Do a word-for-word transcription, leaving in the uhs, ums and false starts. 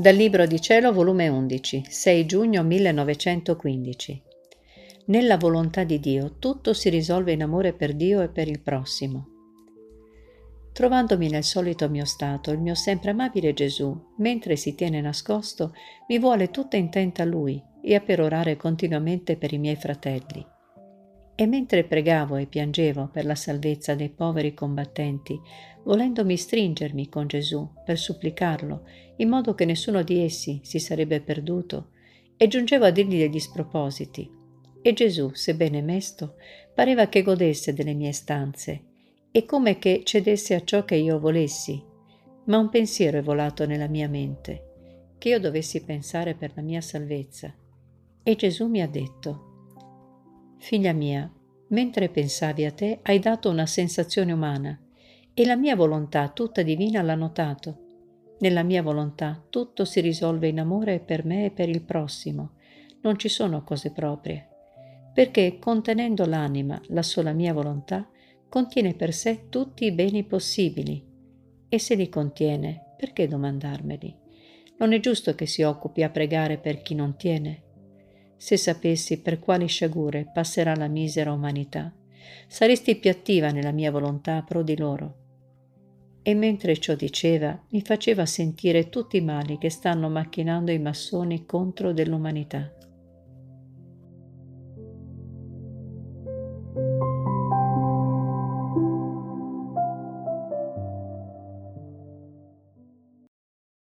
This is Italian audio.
Dal Libro di Cielo, volume undici, sei giugno millenovecentoquindici. Nella volontà di Dio tutto si risolve in amore per Dio e per il prossimo. Trovandomi nel solito mio stato, il mio sempre amabile Gesù, mentre si tiene nascosto, mi vuole tutta intenta a Lui e a perorare continuamente per i miei fratelli. E mentre pregavo e piangevo per la salvezza dei poveri combattenti, volendomi stringermi con Gesù per supplicarlo, in modo che nessuno di essi si sarebbe perduto, e giungevo a dirgli degli spropositi. E Gesù, sebbene mesto, pareva che godesse delle mie stanze, e come che cedesse a ciò che io volessi. Ma un pensiero è volato nella mia mente, che io dovessi pensare per la mia salvezza. E Gesù mi ha detto: Figlia mia, mentre pensavi a te, hai dato una sensazione umana, e la mia volontà tutta divina l'ha notato. Nella mia volontà tutto si risolve in amore per me e per il prossimo, non ci sono cose proprie, perché contenendo l'anima la sola mia volontà, contiene per sé tutti i beni possibili, e se li contiene, perché domandarmeli? Non è giusto che si occupi a pregare per chi non tiene? Se sapessi per quali sciagure passerà la misera umanità, saresti più attiva nella mia volontà pro di loro. E mentre ciò diceva, mi faceva sentire tutti i mali che stanno macchinando i massoni contro dell'umanità.